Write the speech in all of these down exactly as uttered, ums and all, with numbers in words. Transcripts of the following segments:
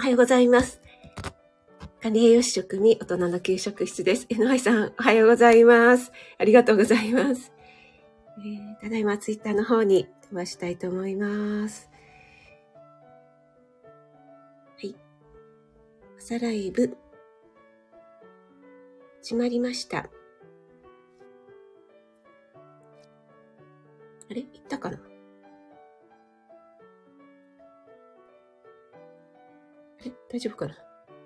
おはようございます。管理栄養士食味大人の給食室です。エヌワイ さん、おはようございます。ありがとうございます。えー、ただいまツイッターの方に飛ばしたいと思います。はい。朝ライブ、始まりました。あれ？行ったかな？あれ？大丈夫かな？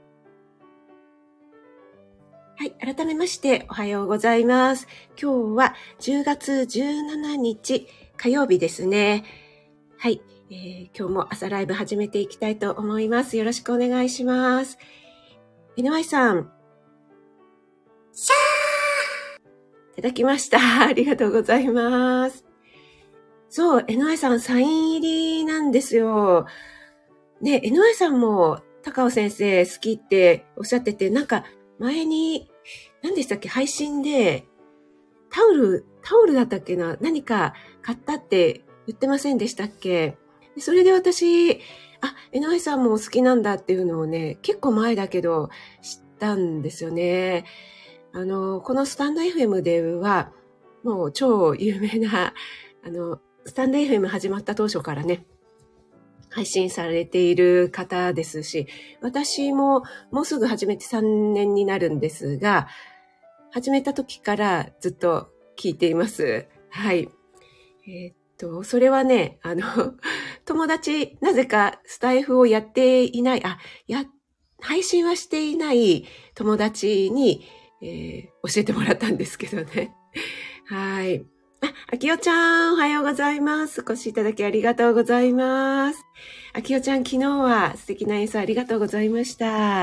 はい。改めましておはようございます。今日はじゅうがつじゅうしちにち火曜日ですね。はい、えー。今日も朝ライブ始めていきたいと思います。よろしくお願いします。エヌワイ さん。シャー！いただきました。ありがとうございます。そう、エヌワイ さんサイン入りなんですよ。ね、エヌワイ さんも高尾先生好きっておっしゃってて、なんか前に、何でしたっけ、配信で、タオル、タオルだったっけな、何か買ったって言ってませんでしたっけ？それで私、あ、エヌワイ さんも好きなんだっていうのをね、結構前だけど知ったんですよね。あの、このスタンド エフエム では、もう超有名な、あの、スタンド エフエム 始まった当初からね、配信されている方ですし、私ももうすぐ始めてさんねんになるんですが、始めた時からずっと聞いています。はい。えー、っと、それはね、あの、友達、なぜかスタイフをやっていない、あ、や、配信はしていない友達に、えー、教えてもらったんですけどね。はい。あ、あきおちゃん、おはようございます。お越しいただきありがとうございます。あきおちゃん、昨日は素敵な演奏ありがとうございました。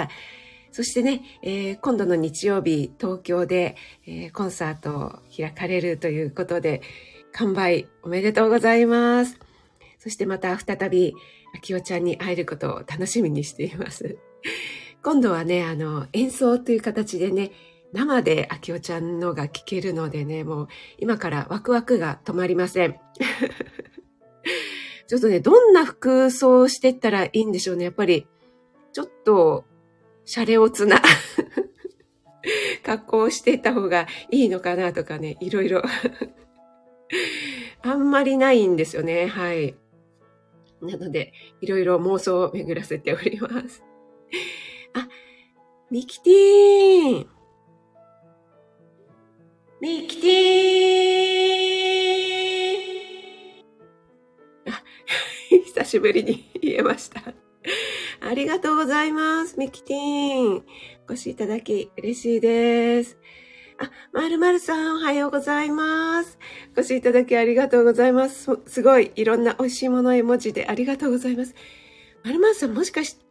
そしてね、えー、今度の日曜日、東京で、えー、コンサートを開かれるということで、完売おめでとうございます。そしてまた再び、あきおちゃんに会えることを楽しみにしています。今度はね、あの、演奏という形でね、生であきおちゃんのが聴けるのでね、もう今からワクワクが止まりません。ちょっとね、どんな服装してったらいいんでしょうね。やっぱり、ちょっと、シャレオツな格好をしていった方がいいのかなとかね、いろいろあんまりないんですよね。はい。なので、いろいろ妄想を巡らせております。あ、ミキティーンミキティーンあ、久しぶりに言えました。ありがとうございます。ミキティーン。お越しいただき嬉しいです。あ、まるまるさんおはようございます。お越しいただきありがとうございます。す, すごいいろんな美味しいもの絵文字でありがとうございます。まるまるさんもしかして、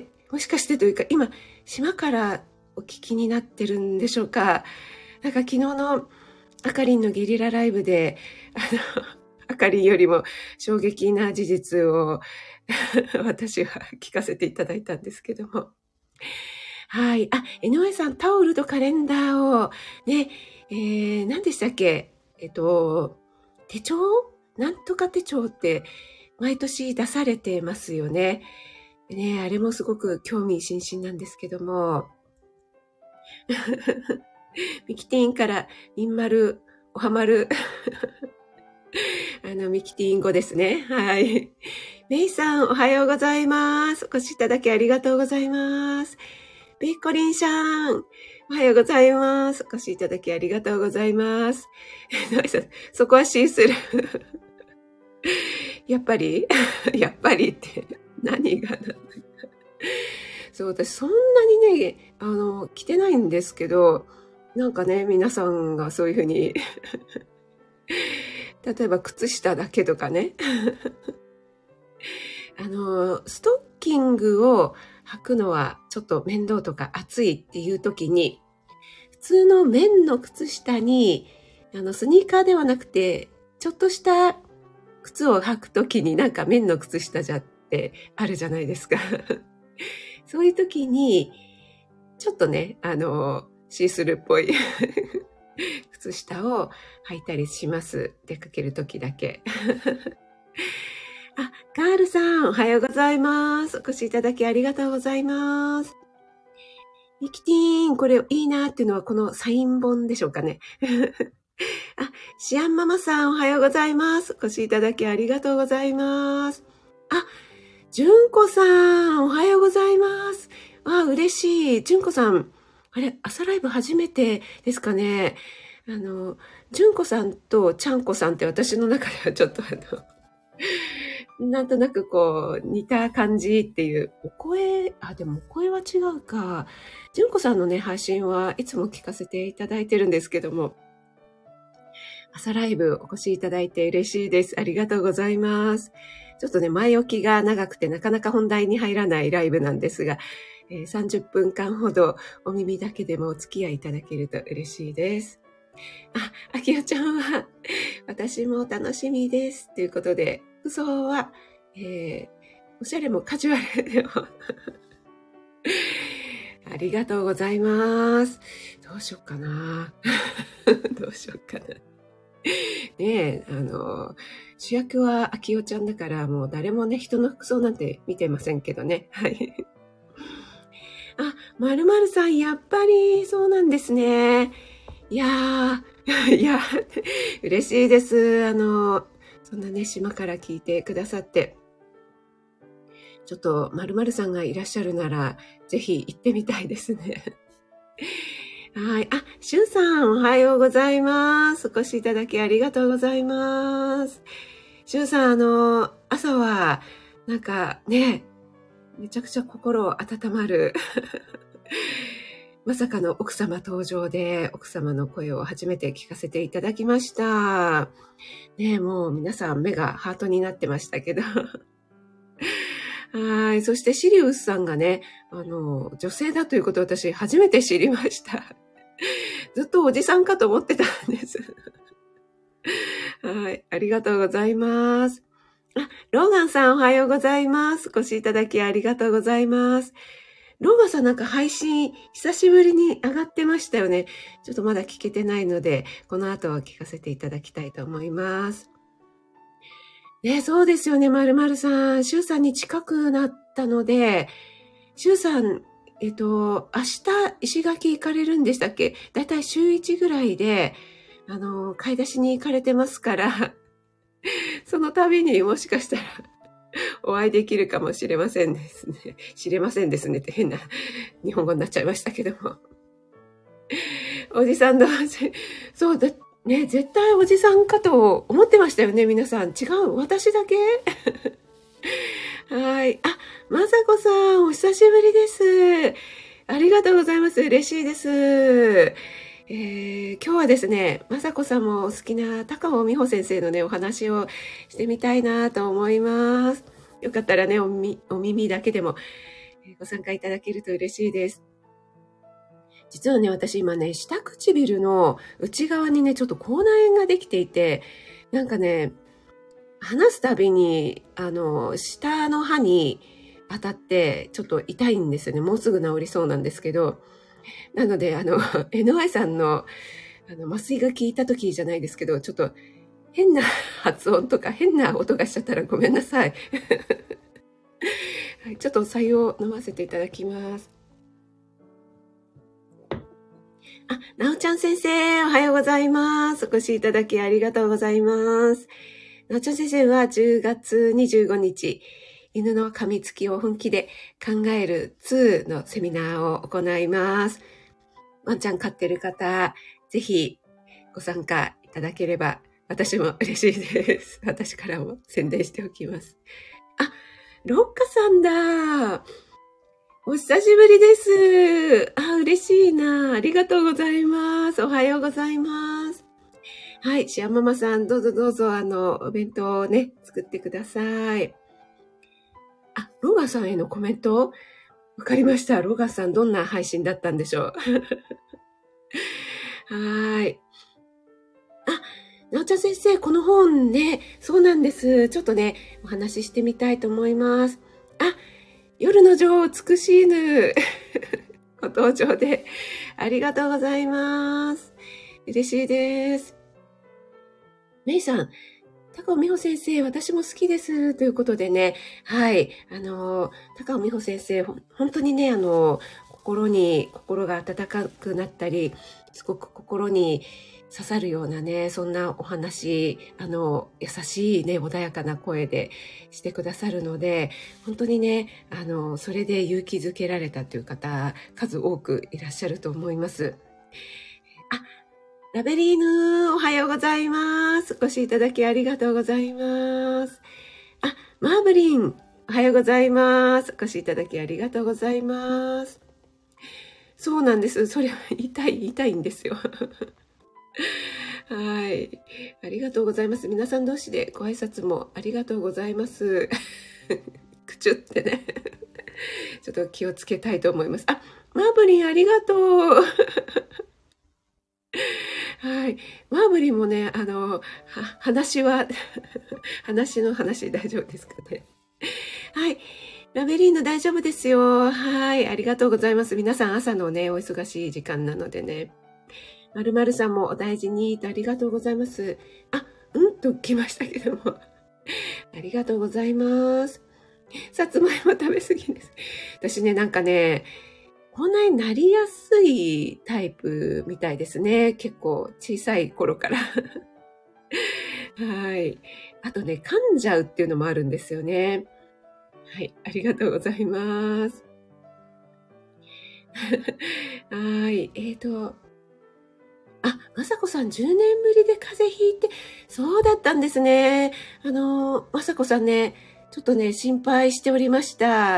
もしかしてというか今、島からお聞きになってるんでしょうか？なんか昨日のあかりんのゲリラライブで、あの、あかりんよりも衝撃な事実を私は聞かせていただいたんですけども。はい。あ、江上さん、タオルとカレンダーを、ね、えー、何でしたっけ？えっと、手帳？なんとか手帳って毎年出されてますよね。ね、あれもすごく興味津々なんですけども。ミキティーンからミンマル、おはまる。あの、ミキティーン語ですね。はい。メイさん、おはようございます。お越しいただきありがとうございます。ベイコリンさん、おはようございます。お越しいただきありがとうございます。そこはシーする。やっぱりやっぱりって何がなんだか。そう、私そんなにね、あの、着てないんですけど、なんかね、皆さんがそういうふうに例えば靴下だけとかねあの、ストッキングを履くのはちょっと面倒とか暑いっていう時に、普通の綿の靴下に、あの、スニーカーではなくて、ちょっとした靴を履く時になんか綿の靴下じゃってあるじゃないですか。そういう時に、ちょっとね、あの、シースルーっぽい靴下を履いたりします。出かける時だけ。あ、 カールさん、おはようございます。お越しいただきありがとうございます。ミキティーン、これいいなっていうのはこのサイン本でしょうかね。あ、シアンママさん、おはようございます。お越しいただきありがとうございます。あ、じゅんこさん、おはようございます。あ、嬉しい。じゅんこさん、あれ、朝ライブ初めてですかね。あの、じゅんこさんとちゃんこさんって私の中ではちょっとあの、なんとなくこう、似た感じっていう、お声、あ、でもお声は違うか。じゅんこさんのね、配信はいつも聞かせていただいてるんですけども、朝ライブお越しいただいて嬉しいです。ありがとうございます。ちょっとね、前置きが長くてなかなか本題に入らないライブなんですが、えー、さんじゅっぷんかんほどお耳だけでもお付き合いいただけると嬉しいです。あ、あきおちゃんは、私も楽しみです。ということで、服装は、えー、おしゃれもカジュアルでもありがとうございます。どうしよっかな。どうしよっかな。ねえ、あの、主役はあきおちゃんだから、もう誰もね、人の服装なんて見てませんけどね。はい。あ、まるまるさん、やっぱりそうなんですね。いやー、いや、嬉しいです。あの、そんなね、島から聞いてくださって。ちょっと、まるまるさんがいらっしゃるなら、ぜひ行ってみたいですね。はい。あ、しゅんさん、おはようございます。お越しいただきありがとうございます。しゅんさん、あの、朝は、なんかね、めちゃくちゃ心温まる。まさかの奥様登場で、奥様の声を初めて聞かせていただきました。ね、もう皆さん目がハートになってましたけど。はい。そしてシリウスさんがね、あの、女性だということを私初めて知りました。ずっとおじさんかと思ってたんです。はい。ありがとうございます。あ、ローガンさんおはようございます。お越しいただきありがとうございます。ローガンさんなんか配信久しぶりに上がってましたよね。ちょっとまだ聞けてないので、この後は聞かせていただきたいと思います。ね、そうですよね、まるまるさん。シュウさんに近くなったので、シュウさん、えっと、明日石垣行かれるんでしたっけ？だいたい週いちぐらいで、あの、買い出しに行かれてますから、その度にもしかしたらお会いできるかもしれませんですね。知れませんですねって変な日本語になっちゃいましたけども。おじさん同士、そうだ、ね、絶対おじさんかと思ってましたよね、皆さん。違う、私だけはい。あ、まさこさん、お久しぶりです。ありがとうございます。嬉しいです。えー、今日はですね、まさこさんもお好きな高尾美穂先生のね、お話をしてみたいなと思います。よかったらね、お耳、お耳だけでもご参加いただけると嬉しいです。実はね、私今ね、下唇の内側にね、ちょっと口内炎ができていて、なんかね、話すたびに、あの、下の歯に当たって、ちょっと痛いんですよね。もうすぐ治りそうなんですけど。なので、あの、エヌワイ さんの、あの、麻酔が効いた時じゃないですけど、ちょっと変な発音とか変な音がしちゃったらごめんなさい。はい、ちょっとお白湯を飲ませていただきます。あ、なおちゃん先生、おはようございます。お越しいただきありがとうございます。なおちゃん先生はじゅうがつにじゅうごにち、犬の噛みつきを本気で考えるにのセミナーを行います。ワンちゃん飼ってる方、ぜひご参加いただければ、私も嬉しいです。私からも宣伝しておきます。あ、ロッカさんだ。お久しぶりです。あ、嬉しいな。ありがとうございます。おはようございます。はい、シアママさん、どうぞどうぞ、あの、お弁当をね、作ってください。あ、ロガさんへのコメントわかりました。ロガさん、どんな配信だったんでしょう。はい。あ、なおちゃん先生、この本ね、そうなんです。ちょっとね、お話ししてみたいと思います。あ、夜の女王、美しい犬。ご登場でありがとうございます。嬉しいです。メイさん、 高尾美穂先生、私も好きです。ということでね、はい。あの、高尾美穂先生、ほん本当にね、あの、心に、心が温かくなったり、すごく心に刺さるようなね、そんなお話、あの、優しいね、穏やかな声でしてくださるので、本当にね、あの、それで勇気づけられたという方、数多くいらっしゃると思います。あ、ラベリーヌ、おはようございます。お越しいただきありがとうございます。あ、マーブリン、おはようございます。お越しいただきありがとうございます。そうなんです。それは言いたい、言いたいんですよ。はい。ありがとうございます。皆さん同士でご挨拶もありがとうございます。口ってね。ちょっと気をつけたいと思います。あ、マーブリンありがとう。はい。マーブリンもね、あの、は話は、話の話大丈夫ですかね。はい。ラベリーヌ大丈夫ですよ。はい。ありがとうございます。皆さん朝のね、お忙しい時間なのでね。まるまるさんもお大事にとありがとうございます。あ、うんと来ましたけども。ありがとうございます。さつまいも食べ過ぎです。私ね、なんかね、こんなになりやすいタイプみたいですね。結構小さい頃から。はい。あとね、噛んじゃうっていうのもあるんですよね。はい。ありがとうございます。はい。えーと、あ、まさこさんじゅうねんぶりで風邪ひいて、そうだったんですね。あの、まさこさんね、ちょっとね、心配しておりました。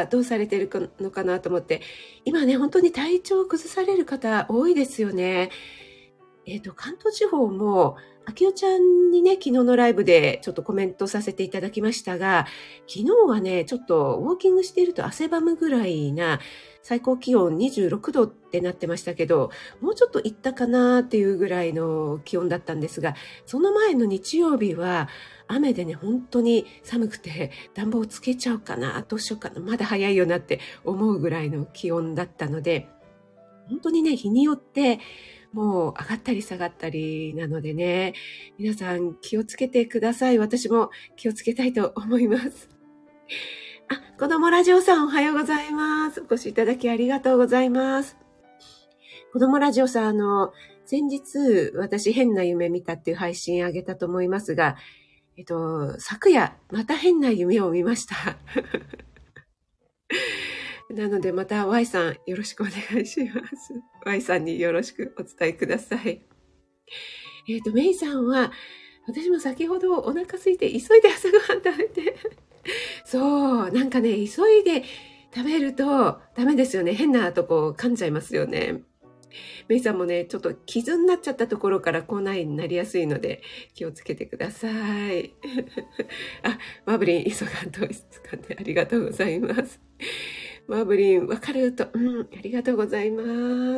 どうされてるのかなと思って。今ね、本当に体調を崩される方多いですよね。えっと、関東地方も、あきおちゃんにね、昨日のライブでちょっとコメントさせていただきましたが、昨日はね、ちょっとウォーキングしていると汗ばむぐらいな、最高気温にじゅうろくどってなってましたけど、もうちょっと行ったかなっていうぐらいの気温だったんですが、その前の日曜日は雨でね、本当に寒くて暖房つけちゃおうかな、どうしようかな、まだ早いよなって思うぐらいの気温だったので、本当にね、日によってもう上がったり下がったりなのでね、皆さん気をつけてください。私も気をつけたいと思います。あ、子供ラジオさんおはようございます。お越しいただきありがとうございます。子供ラジオさん、あの、先日私変な夢見たっていう配信あげたと思いますが、えっと、昨夜また変な夢を見ました。なのでまた Y さんよろしくお願いします。Y さんによろしくお伝えください。えっと、メイさんは、私も先ほどお腹空いて急いで朝ごはん食べて、そう、なんかね、急いで食べるとダメですよね。変なとこ噛んじゃいますよね。メイさんもね、ちょっと傷になっちゃったところから口内炎になりやすいので気をつけてください。あ、マーブリン、急がんとですかね。ありがとうございます。マーブリン、わかると、うん、ありがとうございます。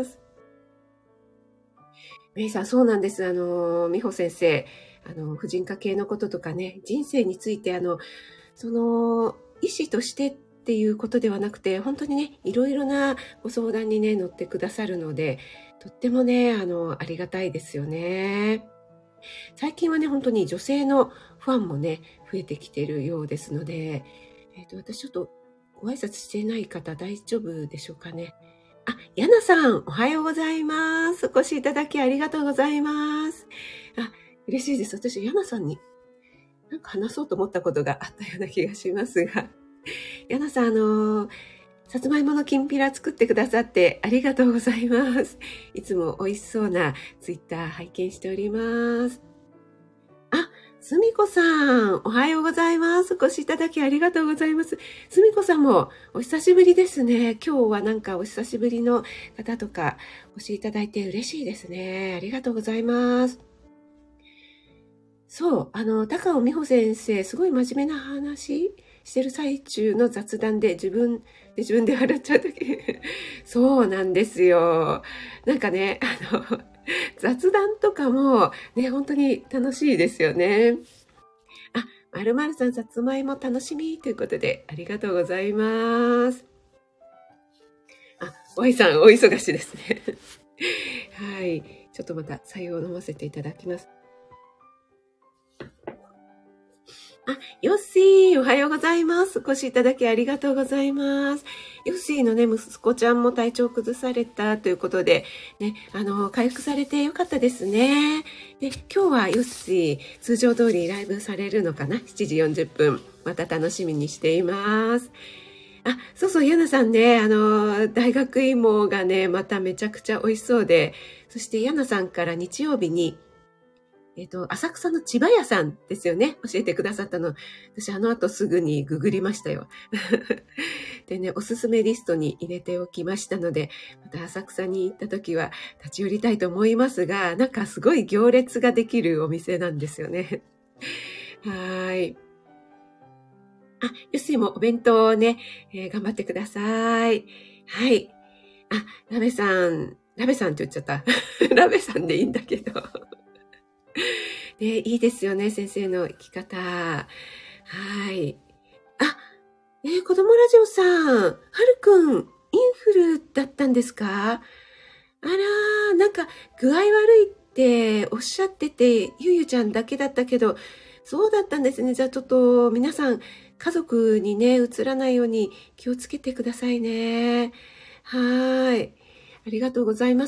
メイさん、そうなんです。あの、美穂先生、あの、婦人科系のこととかね、人生について、あの、その、医師としてっていうことではなくて、本当にね、いろいろなご相談にね、乗ってくださるので、とってもね、あの、ありがたいですよね。最近はね、本当に女性のファンもね、増えてきているようですので、えっと、私ちょっとご挨拶していない方大丈夫でしょうかね。あ、ヤナさん、おはようございます。お越しいただきありがとうございます。あ、嬉しいです。私、ヤナさんになんか話そうと思ったことがあったような気がしますが。ヤナさん、あの、さつまいものきんぴら作ってくださってありがとうございます。いつも美味しそうなツイッター拝見しております。あ、すみこさん、おはようございます。お越しいただきありがとうございます。すみこさんもお久しぶりですね。今日はなんかお久しぶりの方とかお越しいただいて嬉しいですね。ありがとうございます。そう、あの、高尾美穂先生、すごい真面目な話してる最中の雑談で自分で自分で笑っちゃうとき、そうなんですよ。なんかね、あの、雑談とかもね、本当に楽しいですよね。あ、まるまるさん、さつまいも楽しみということで、ありがとうございます。あ、Y さん、お忙しいですね。はい。ちょっとまた、白湯を飲ませていただきます。 あ、ヨッシー、おはようございます。お越しいただきありがとうございます。ヨッシーのね、息子ちゃんも体調崩されたということで、ね、あの、回復されてよかったですね。で、今日はヨッシー、通常通りライブされるのかな ?しちじよんじゅっぷん。また楽しみにしています。あ、そうそう、ヤナさんね、あの、大学芋がね、まためちゃくちゃ美味しそうで、そしてヤナさんから日曜日に、えっと、浅草の千葉屋さんですよね。教えてくださったの。私、あの後すぐにググりましたよ。でね、おすすめリストに入れておきましたので、また浅草に行った時は立ち寄りたいと思いますが、なんかすごい行列ができるお店なんですよね。はい。あ、よしもお弁当をね、えー頑張ってください。はい。あ、ラベさん、ラベさんって言っちゃった。ラベさんでいいんだけど。ね、いいですよね、先生の生き方。はい。あ、えー子供ラジオさん、はるくん、インフルだったんですか？あらー、なんか具合悪いっておっしゃってて、ゆうゆちゃんだけだったけど、そうだったんですね。じゃあちょっと皆さん、家族にね、うつらないように気をつけてくださいね。はーい。ありがとうございます。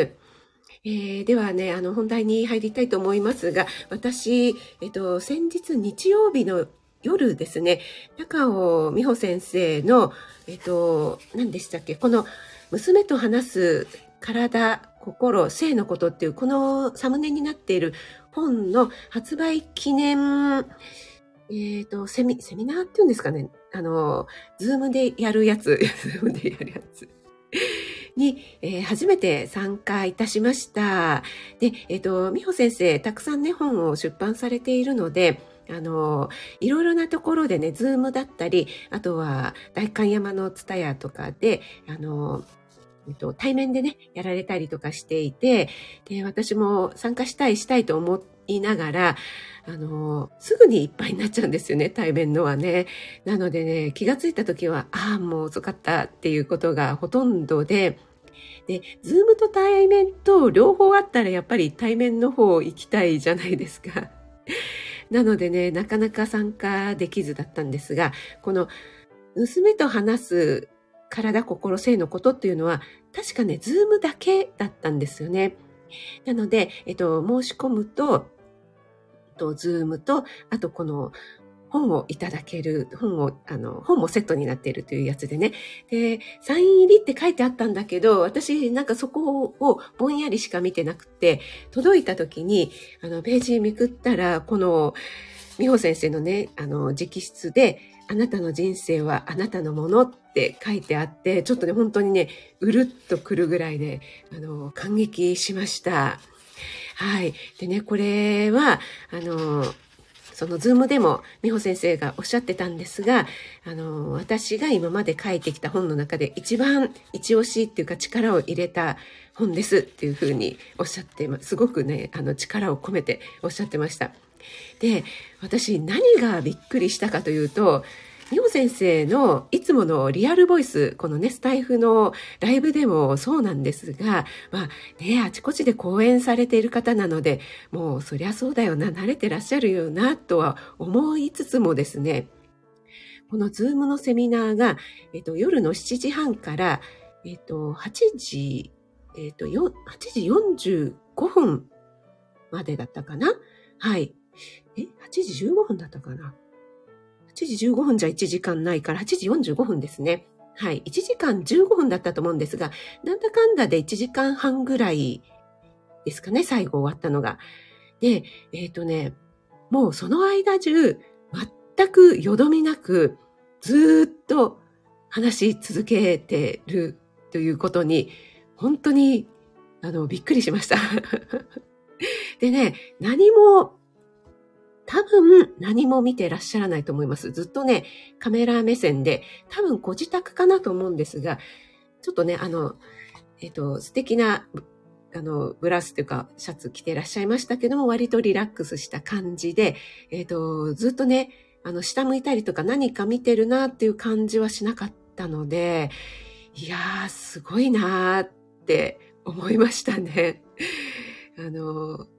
えーではね、あの、本題に入りたいと思いますが、私、えっと、先日日曜日の夜ですね、高尾美穂先生の、えっと、何でしたっけ、この、娘と話す体、心、性のことっていう、このサムネになっている本の発売記念、えっと、セミ、セミナーっていうんですかね、あの、ズームでやるやつ、ズームでやるやつ。に、えー初めて参加いたしました。で、えっ、と、美穂先生、たくさんね、本を出版されているので、あの、いろいろなところでね、ズームだったり、あとは、代官山のツタヤとかで、あの、えっと、対面でね、やられたりとかしていて、で、私も参加したいしたいと思いながら、あの、すぐにいっぱいになっちゃうんですよね、対面のはね。なのでね、気がついた時は、ああ、もう遅かったっていうことがほとんどで、で、ズームと対面と両方あったらやっぱり対面の方行きたいじゃないですか。なのでね、なかなか参加できずだったんですが、この娘と話す体、心、性のことっていうのは、確かね、ズームだけだったんですよね。なので、えっと、申し込むと、えっと、ズームと、あとこの本をいただける、本を、あの、本もセットになっているというやつでね。で、サイン入りって書いてあったんだけど、私なんかそこをぼんやりしか見てなくて、届いた時に、あの、ページめくったら、この、美穂先生のね、あの、直筆で、あなたの人生はあなたのものって書いてあって、ちょっとね、本当にね、うるっとくるぐらいで、あの、感激しました。はい。でね、これは、あの、そのズームでも美穂先生がおっしゃってたんですが、あの、私が今まで書いてきた本の中で一番一押しっていうか力を入れた本ですっていうふうにおっしゃって、すごくね、あの力を込めておっしゃってました。で、私何がびっくりしたかというと、美穂先生のいつものリアルボイス、このね、スタイフのライブでもそうなんですが、まあね、あちこちで講演されている方なので、もうそりゃそうだよな、慣れてらっしゃるよな、とは思いつつもですね、このズームのセミナーが、えっと、夜のしちじはんから、えっと、はちじ、えっと、よはちじよんじゅうごふんまでだったかな。はい。え、はちじじゅうごふんだったかな。はちじじゅうごふんじゃいちじかんないからはちじよんじゅうごふんですね。はい。いちじかんじゅうごふんだったと思うんですが、なんだかんだでいちじかんはんぐらいですかね、最後終わったのが。で、えっとね、もうその間中、全くよどみなく、ずーっと話し続けてるということに、本当に、あの、びっくりしました。でね、何も、多分何も見てらっしゃらないと思います。ずっとね、カメラ目線で、多分ご自宅かなと思うんですが、ちょっとね、あの、えっと、素敵な、あの、ブラウスというか、シャツ着てらっしゃいましたけども、割とリラックスした感じで、えっと、ずっとね、あの、下向いたりとか何か見てるなっていう感じはしなかったので、いやー、すごいなーって思いましたね。あの、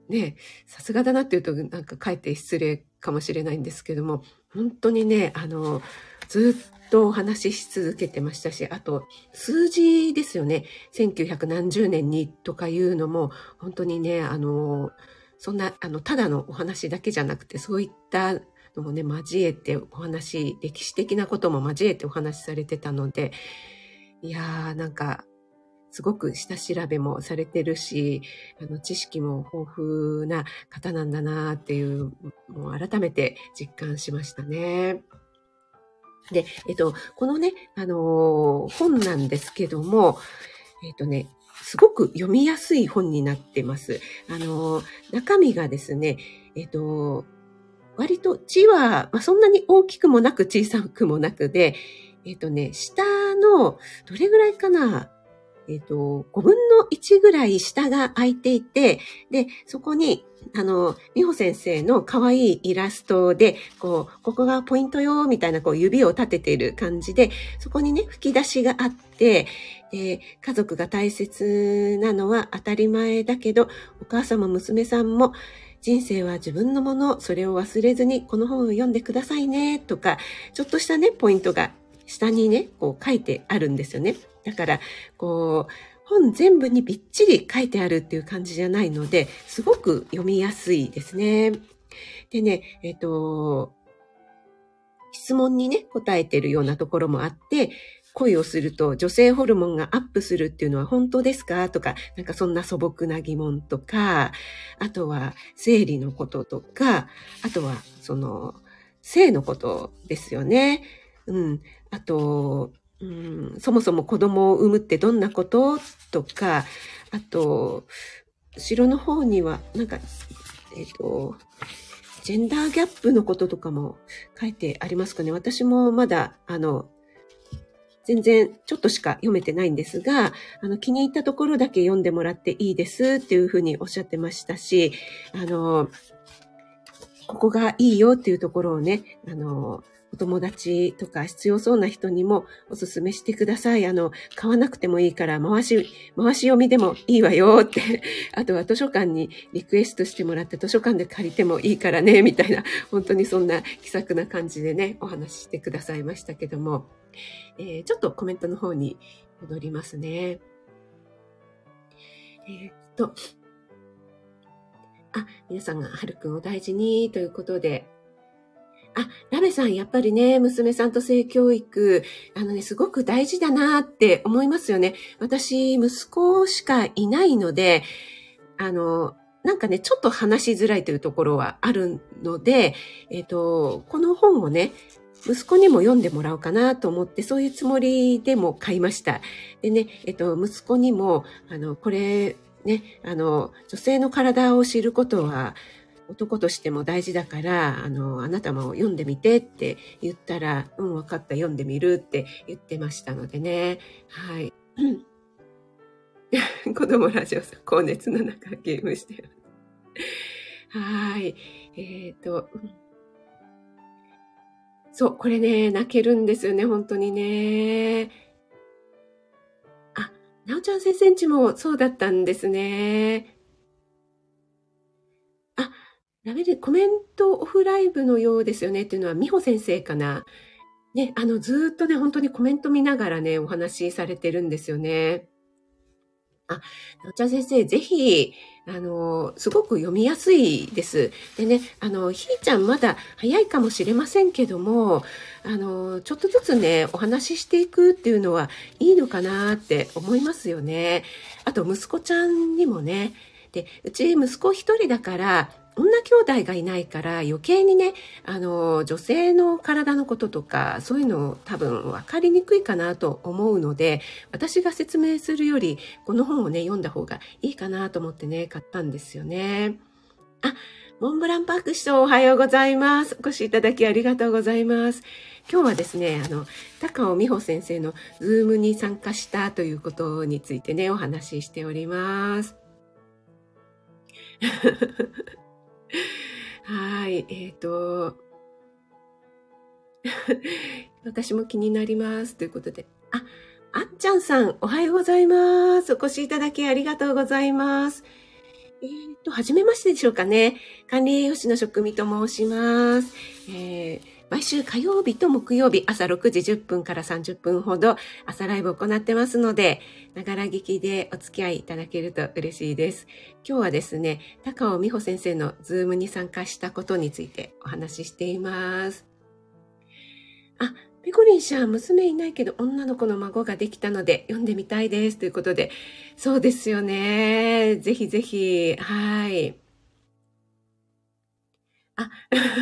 ね、さすがだなっていうとなんかかえって失礼かもしれないんですけども、本当にね、あの、ずっとお話しし続けてましたし、あと、数字ですよね。せんきゅうひゃくなんじゅうねんにとかいうのも、本当にね、あの、そんな、あの、ただのお話だけじゃなくて、そういったのもね、交えてお話、歴史的なことも交えてお話しされてたので、いやー、なんか、すごく下調べもされてるし、あの、知識も豊富な方なんだなっていう、もう改めて実感しましたね。で、えっと、このね、あのー本なんですけども、えっとね、すごく読みやすい本になってます。あのー中身がですね、えっと、割と字は、まあ、そんなに大きくもなく小さくもなくで、えっとね、下の、どれぐらいかな、えっと、ごぶんのいちぐらい下が空いていて、で、そこに、あの、美穂先生の可愛いイラストで、こう、ここがポイントよ、みたいな、こう、指を立てている感じで、そこにね、吹き出しがあって、で、家族が大切なのは当たり前だけど、お母さんも娘さんも、人生は自分のもの、それを忘れずにこの本を読んでくださいね、とか、ちょっとしたね、ポイントが下にね、こう書いてあるんですよね。だから、こう、本全部にびっちり書いてあるっていう感じじゃないので、すごく読みやすいですね。でね、えっと、質問にね、答えてるようなところもあって、恋をすると女性ホルモンがアップするっていうのは本当ですかとか、なんかそんな素朴な疑問とか、あとは生理のこととか、あとはその性のことですよね。うん。あと、うん、そもそも子供を産むってどんなこととか、あと、後ろの方には、なんか、えっと、ジェンダーギャップのこととかも書いてありますかね。私もまだ、あの、全然ちょっとしか読めてないんですが、あの、気に入ったところだけ読んでもらっていいですっていうふうにおっしゃってましたし、あの、ここがいいよっていうところをね、あの、お友達とか必要そうな人にもおすすめしてください。あの、買わなくてもいいから回し、回し読みでもいいわよって。あとは図書館にリクエストしてもらって図書館で借りてもいいからね、みたいな、本当にそんな気さくな感じでね、お話ししてくださいましたけども、えー、ちょっとコメントの方に戻りますね。えー、っと、あ、皆さんがはるくんを大事にということで、あ、ラベさん、やっぱりね、娘さんと性教育、あのね、すごく大事だなって思いますよね。私、息子しかいないので、あの、なんかね、ちょっと話しづらいというところはあるので、えっと、この本をね、息子にも読んでもらおうかなと思って、そういうつもりでも買いました。でね、えっと、息子にも、あの、これ、ね、あの、女性の体を知ることは、男としても大事だから、あの、あなたも読んでみてって言ったら、うん、わかった、読んでみるって言ってましたのでね。はい。子供ラジオさん、高熱の中ゲームしてる。はい。えっと、そう、これね、泣けるんですよね、本当にね。あ、なおちゃん先生んちもそうだったんですね。あ、ラベル、コメントオフライブのようですよねっていうのは、美穂先生かな。ね、あの、ずーっとね、本当にコメント見ながらね、お話しされてるんですよね。あ、なおちゃん先生、ぜひ、あの、すごく読みやすいです。でね、あの、ひーちゃんまだ早いかもしれませんけども、あの、ちょっとずつね、お話ししていくっていうのはいいのかなって思いますよね。あと、息子ちゃんにもね、で、うち息子一人だから、女兄弟がいないから余計にね、あの、女性の体のこととか、そういうの多分分かりにくいかなと思うので、私が説明するより、この本をね、読んだ方がいいかなと思ってね、買ったんですよね。あ、モンブランパーク師匠おはようございます。お越しいただきありがとうございます。今日はですね、あの、高尾美穂先生のズームに参加したということについてね、お話ししております。はい、えっと、私も気になりますということで。あ、あっちゃんさん、おはようございます。お越しいただきありがとうございます。 えっと、はじめましてでしょうかね。管理栄養士の職味と申します。えー、毎週火曜日と木曜日朝ろくじじゅっぷんからさんじゅっぷんほど朝ライブを行ってますので、ながら聞きでお付き合いいただけると嬉しいです。今日はですね、高尾美穂先生のズームに参加したことについてお話ししています。あ、ペコリンちゃん、娘いないけど女の子の孫ができたので読んでみたいですということで、そうですよね。ぜひぜひ、はい。あ、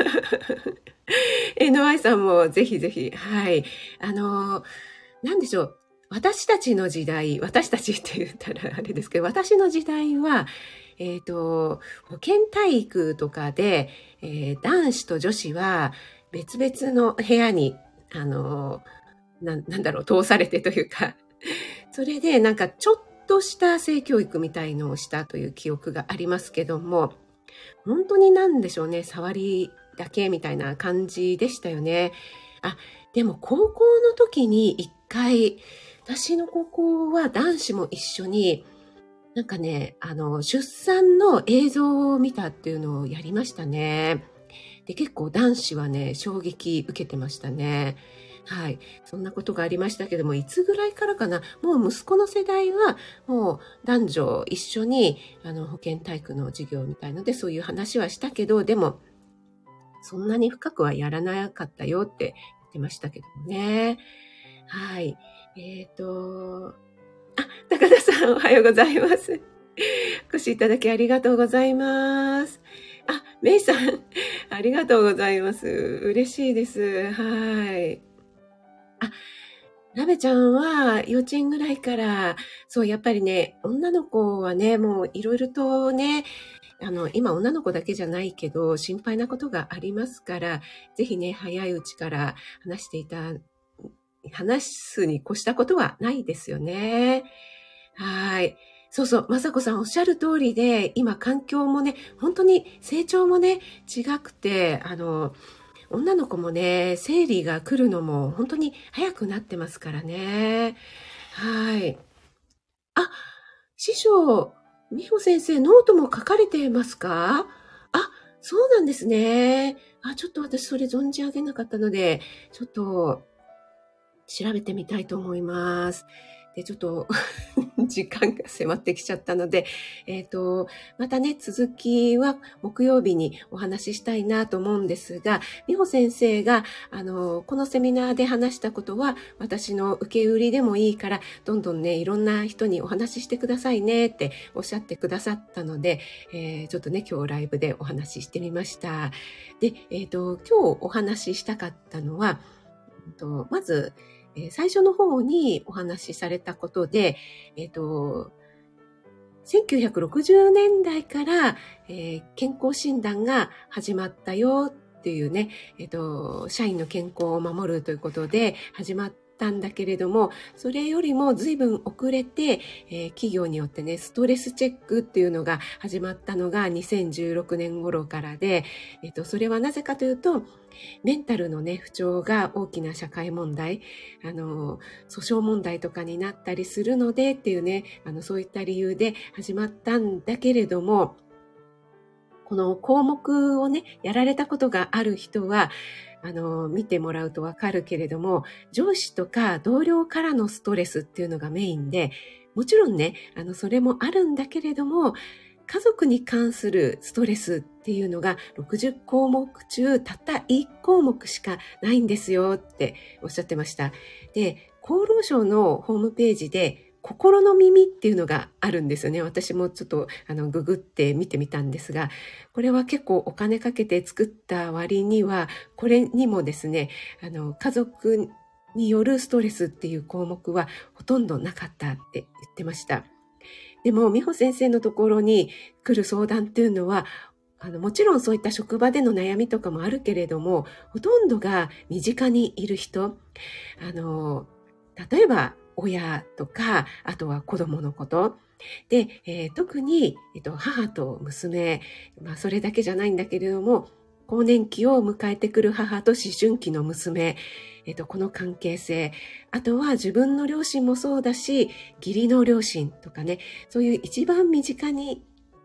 エヌワイ さんもぜひぜひ、はい。あの、なんでしょう。私たちの時代、私たちって言ったらあれですけど、私の時代は、えっと、保健体育とかで、えー男子と女子は別々の部屋に、あの、な、なんだろう、通されてというか、それでなんかちょっとした性教育みたいのをしたという記憶がありますけども、本当になんでしょうね、触りだけみたいな感じでしたよね。あ、でも高校の時に一回、私の高校は男子も一緒に、なんかね、あの、出産の映像を見たっていうのをやりましたね。で、結構男子はね、衝撃受けてましたね。はい。そんなことがありましたけども、いつぐらいからかな、もう息子の世代は、もう男女一緒に、あの、保健体育の授業みたいので、そういう話はしたけど、でも、そんなに深くはやらなかったよって言ってましたけどもね。はい。えっ、と、あ、高田さんおはようございます。お越しいただきありがとうございます。あ、メイさん、ありがとうございます。嬉しいです。はい。あ、ラベちゃんは幼稚園ぐらいから、そう、やっぱりね、女の子はね、もういろいろとね、あの、今女の子だけじゃないけど、心配なことがありますから、ぜひね、早いうちから話していた、話すに越したことはないですよね。はい。そうそう、まさこさんおっしゃる通りで、今環境もね、本当に成長もね、違くて、あの、女の子もね、生理が来るのも本当に早くなってますからね。はい。あ、師匠、美穂先生、ノートも書かれてますか？あ、そうなんですね。あ、ちょっと私それ存じ上げなかったので、ちょっと調べてみたいと思います。で、ちょっと時間が迫ってきちゃったので、えっと、またね、続きは木曜日にお話ししたいなと思うんですが、美穂先生が、あの、このセミナーで話したことは、私の受け売りでもいいから、どんどんね、いろんな人にお話ししてくださいねっておっしゃってくださったので、えーちょっとね、今日ライブでお話ししてみました。で、えっと、今日お話ししたかったのは、うんとまず、えー最初の方にお話しされたことで、えっと、せんきゅうひゃくろくじゅうねんだいから、えー健康診断が始まったよっていうね、えっと、社員の健康を守るということで始まったんだけれども、それよりも随分遅れて、えー企業によってね、ストレスチェックっていうのが始まったのがにせんじゅうろくねん頃からで、えっと、それはなぜかというと、メンタルのね、不調が大きな社会問題、あの、訴訟問題とかになったりするのでっていうね、あの、そういった理由で始まったんだけれども、この項目をね、やられたことがある人は、あの、見てもらうとわかるけれども、上司とか同僚からのストレスっていうのがメインで、もちろんね、あの、それもあるんだけれども、家族に関するストレスっていうのがろくじゅっこうもく中たったいっこうもくしかないんですよっておっしゃってました。で、厚労省のホームページで心の耳っていうのがあるんですよね。私もちょっとあのググって見てみたんですが、これは結構お金かけて作った割には、これにもですね、あの家族によるストレスっていう項目はほとんどなかったって言ってました。でも、美穂先生のところに来る相談っていうのは、あの、もちろんそういった職場での悩みとかもあるけれども、ほとんどが身近にいる人、あの、例えば親とか、あとは子供のこと、で、えー特に、えっと、母と娘、まあ、それだけじゃないんだけれども、更年期を迎えてくる母と思春期の娘、えっと、この関係性、あとは自分の両親もそうだし、義理の両親とかね、そういう一番身近に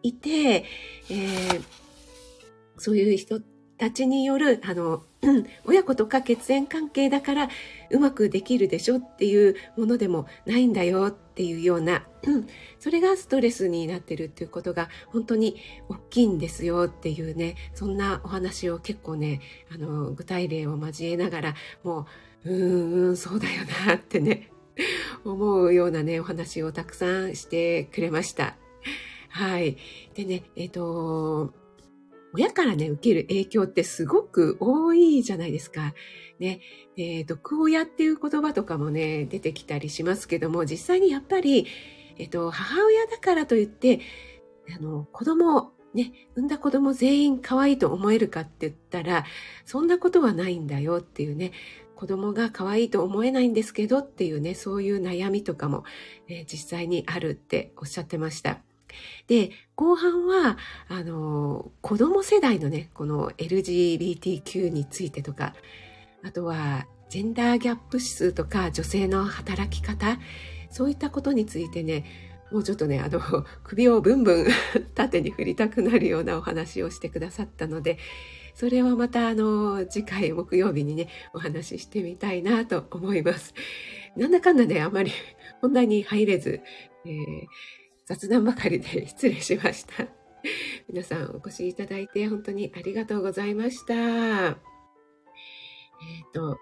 いて、えー、そういう人たちによる、あの、親子とか血縁関係だからうまくできるでしょっていうものでもないんだよっていうような、それがストレスになってるっていうことが本当に大きいんですよっていうね、そんなお話を結構ね、あの、具体例を交えながら、もう、うーん、そうだよなってね、思うようなね、お話をたくさんしてくれました。はい。でね、えっと、親からね、受ける影響ってすごく多いじゃないですか。ね。えー、毒親っていう言葉とかもね、出てきたりしますけども、実際にやっぱり、えっと、母親だからといって、あの、子供、ね、産んだ子供全員可愛いと思えるかって言ったら、そんなことはないんだよっていうね、子供が可愛いと思えないんですけどっていうね、そういう悩みとかも、ね、実際にあるっておっしゃってました。で、後半は、あの、子供世代のね、この エルジービーティーキュー についてとか、あとは、ジェンダーギャップ指数とか、女性の働き方、そういったことについてね、もうちょっとね、あの、首をブンブン縦に振りたくなるようなお話をしてくださったので、それはまた、あの、次回木曜日にね、お話ししてみたいなと思います。なんだかんだね、あまり本題に入れず、えー雑談ばかりで失礼しました。皆さんお越しいただいて本当にありがとうございました。えっと、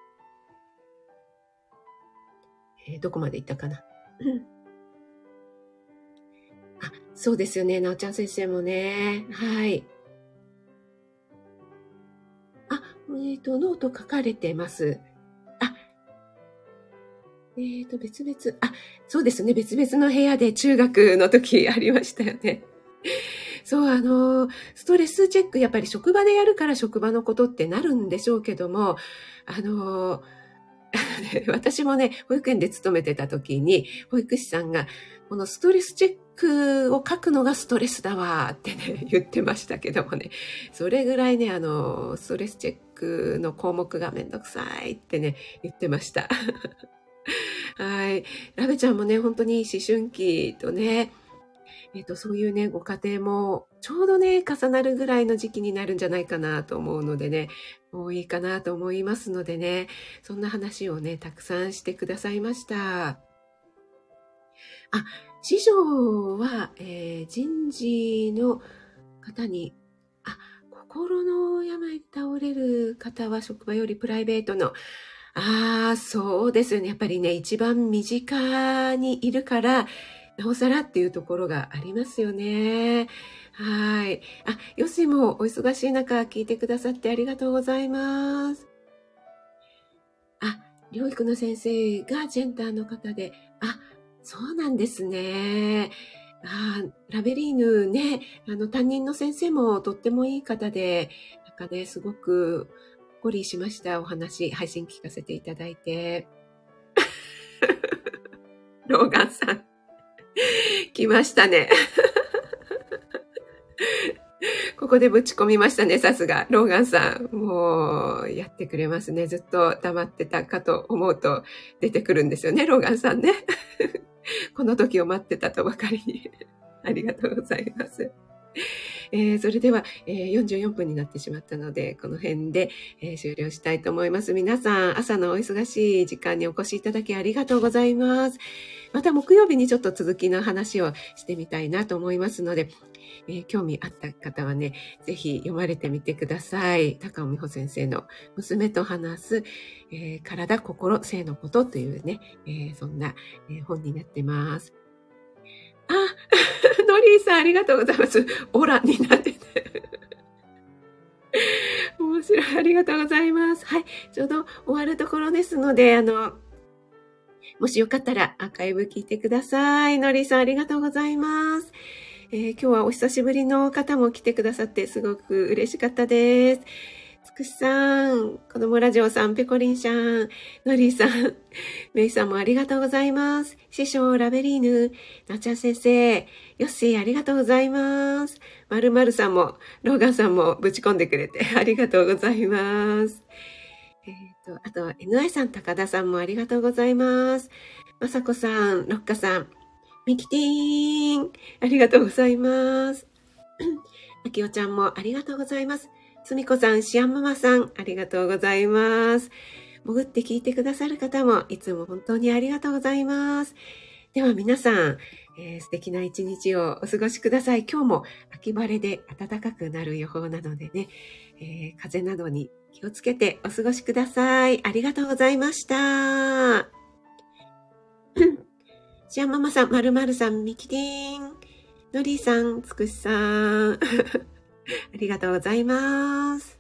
えーどこまで行ったかな。あ、そうですよね。なおちゃん先生もね。はい。あ、えっと、ノート書かれてます。あ、えっと、別々。あ、そうですね。別々の部屋で中学の時ありましたよね。そう、あの、ストレスチェック、やっぱり職場でやるから職場のことってなるんでしょうけども、あの、私もね、保育園で勤めてた時に、保育士さんが、このストレスチェックを書くのがストレスだわってね、言ってましたけどもね、それぐらいね、あの、ストレスチェックの項目がめんどくさいってね、言ってました。はい。ラベちゃんもね、本当に思春期とね、えっと、そういうね、ご家庭もちょうどね、重なるぐらいの時期になるんじゃないかなと思うのでね、多いかなと思いますのでね、そんな話をね、たくさんしてくださいました。あ、師匠は、えー人事の方に、あ、心の病に倒れる方は職場よりプライベートの、ああ、そうですよね。やっぱりね、一番身近にいるから、なおさらっていうところがありますよね。はい。あ、よしもお忙しい中聞いてくださってありがとうございます。あ、療育の先生がジェンダーの方で、あ、そうなんですね。あ、ラベリーヌね、あの担任の先生もとってもいい方で、なんかね、すごくほっこりしました。お話、配信聞かせていただいて。ローガンさん、来ましたね。ここでぶち込みましたね、さすが。ローガンさん。もう、やってくれますね。ずっと黙ってたかと思うと出てくるんですよね、ローガンさんね。この時を待ってたとばかりに。ありがとうございます。えー、それでは、えー、よんじゅうよんぷんになってしまったので、この辺で、えー、終了したいと思います。皆さん、朝のお忙しい時間にお越しいただきありがとうございます。また木曜日にちょっと続きの話をしてみたいなと思いますので、えー、興味あった方はね、ぜひ読まれてみてください。高尾美穂先生の娘と話す、えー、体、心、性のことというね、えー、そんな、えー、本になってます。あ、ノリーさんありがとうございます。オラになってて。面白い。ありがとうございます。はい。ちょうど終わるところですので、あの、もしよかったらアーカイブ聞いてください。ノリーさんありがとうございます。えー、今日はお久しぶりの方も来てくださってすごく嬉しかったです。つくしさん、子供ラジオさん、ペコリンさん、ノリーさん、メイさんもありがとうございます。師匠、ラベリーヌ、なちゃん先生、ヨッシーありがとうございます。まるまるさんも、ローガンさんもぶち込んでくれてありがとうございます。えっ、ー、と、あとは エヌアイ さん、高田さんもありがとうございます。まさこさん、ロッカさん、ミキティーン、ありがとうございます。 あきおちゃんもありがとうございます。すみこさん、しあんママさん、ありがとうございます。潜って聞いてくださる方も、いつも本当にありがとうございます。では皆さん、えー素敵な一日をお過ごしください。今日も秋晴れで暖かくなる予報なのでね、えー風邪などに気をつけてお過ごしください。ありがとうございました。シアンママさん、まるまるさん、ミキティーン、のりさん、つくしさん、ありがとうございます。